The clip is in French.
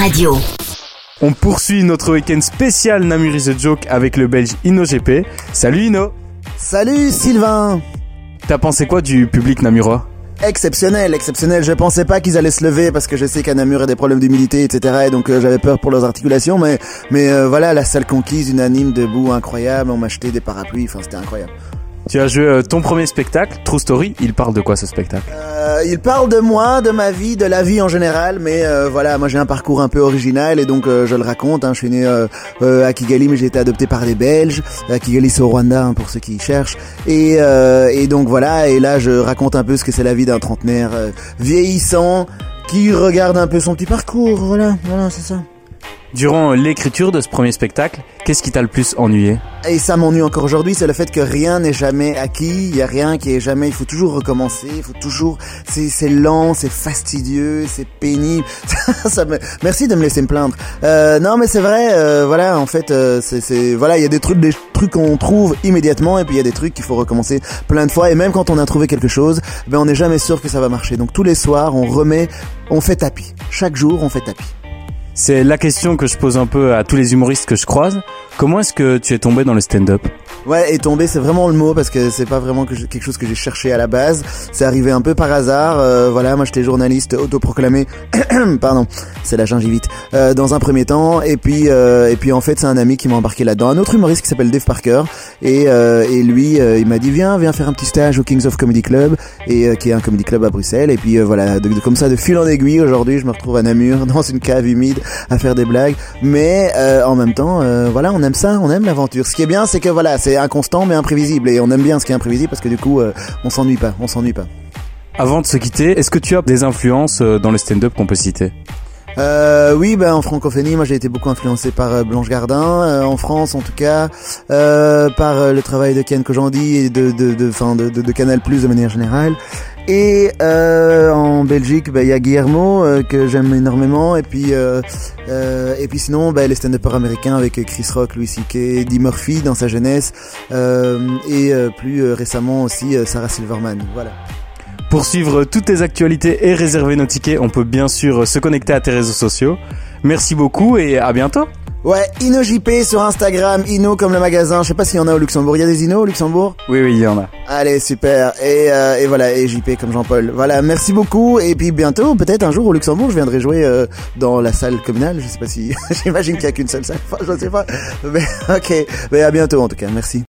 Radio. On poursuit notre week-end spécial Namur is a Joke avec le Belge InnoGP. Salut Inno. Salut Sylvain. T'as pensé quoi du public namurois ? Exceptionnel. Je pensais pas qu'ils allaient se lever parce que je sais qu'à Namur il y a des problèmes d'humidité, etc. Et donc j'avais peur pour leurs articulations. Mais voilà, la salle conquise, unanime, debout, incroyable. On m'a acheté des parapluies, enfin c'était incroyable. Tu as joué ton premier spectacle, True Story. Il parle de quoi ce spectacle ? Il parle de moi, de ma vie, de la vie en général. Mais voilà, moi j'ai un parcours un peu original et donc je le raconte. Je suis né à Kigali, mais j'ai été adopté par des Belges. À Kigali, c'est au Rwanda, pour ceux qui cherchent. Et donc voilà, et là je raconte un peu ce que c'est la vie d'un trentenaire vieillissant qui regarde un peu son petit parcours. Voilà, c'est ça. Durant l'écriture de ce premier spectacle, qu'est-ce qui t'a le plus ennuyé ? Et ça m'ennuie encore aujourd'hui, c'est le fait que rien n'est jamais acquis, il y a rien qui est jamais, il faut toujours recommencer, il faut toujours, c'est lent, c'est fastidieux, c'est pénible. Merci de me laisser me plaindre. Non mais c'est vrai, voilà, en fait, voilà, il y a des trucs qu'on trouve immédiatement et puis il y a des trucs qu'il faut recommencer plein de fois et même quand on a trouvé quelque chose, on n'est jamais sûr que ça va marcher. Donc tous les soirs, on fait tapis. Chaque jour, on fait tapis. C'est la question que je pose un peu à tous les humoristes que je croise. Comment est-ce que tu es tombé dans le stand-up ? Ouais, et tomber, c'est vraiment le mot parce que c'est pas vraiment quelque chose que j'ai cherché à la base. C'est arrivé un peu par hasard. Voilà, moi j'étais journaliste autoproclamé. Pardon, c'est la gingivite. Dans un premier temps, et puis en fait c'est un ami qui m'a embarqué là-dedans, un autre humoriste qui s'appelle Dave Parker. Et lui, il m'a dit viens faire un petit stage au Kings of Comedy Club et qui est un comedy club à Bruxelles. Et puis voilà, comme ça de fil en aiguille, aujourd'hui je me retrouve à Namur dans une cave humide à faire des blagues. Mais en même temps, voilà, on aime ça, on aime l'aventure. Ce qui est bien, c'est que voilà, c'est inconstant mais imprévisible et on aime bien ce qui est imprévisible parce que du coup on s'ennuie pas. Avant de se quitter, est-ce que tu as des influences dans le stand-up qu'on peut citer ? Oui, en francophonie, moi j'ai été beaucoup influencé par Blanche Gardin, en France en tout cas, par le travail de Ken Kojandi et de Canal+ de manière générale. Et en Belgique, il y a Guillermo que j'aime énormément et puis sinon les stand-uppers américains avec Chris Rock, Louis C.K., Eddie Murphy dans sa jeunesse et plus récemment aussi Sarah Silverman. Voilà. Pour suivre toutes tes actualités et réserver nos tickets, on peut bien sûr se connecter à tes réseaux sociaux. Merci beaucoup et à bientôt. Ouais, InnoJP sur Instagram, Inno comme le magasin. Je sais pas s'il y en a au Luxembourg. Il y a des Inno au Luxembourg ? Oui, il y en a. Allez, super. Et voilà, et JP comme Jean-Paul. Voilà, merci beaucoup. Et puis bientôt, peut-être un jour au Luxembourg, je viendrai jouer dans la salle communale. Je sais pas si... J'imagine qu'il y a qu'une seule salle. Enfin, je sais pas. Mais ok. Mais à bientôt en tout cas. Merci.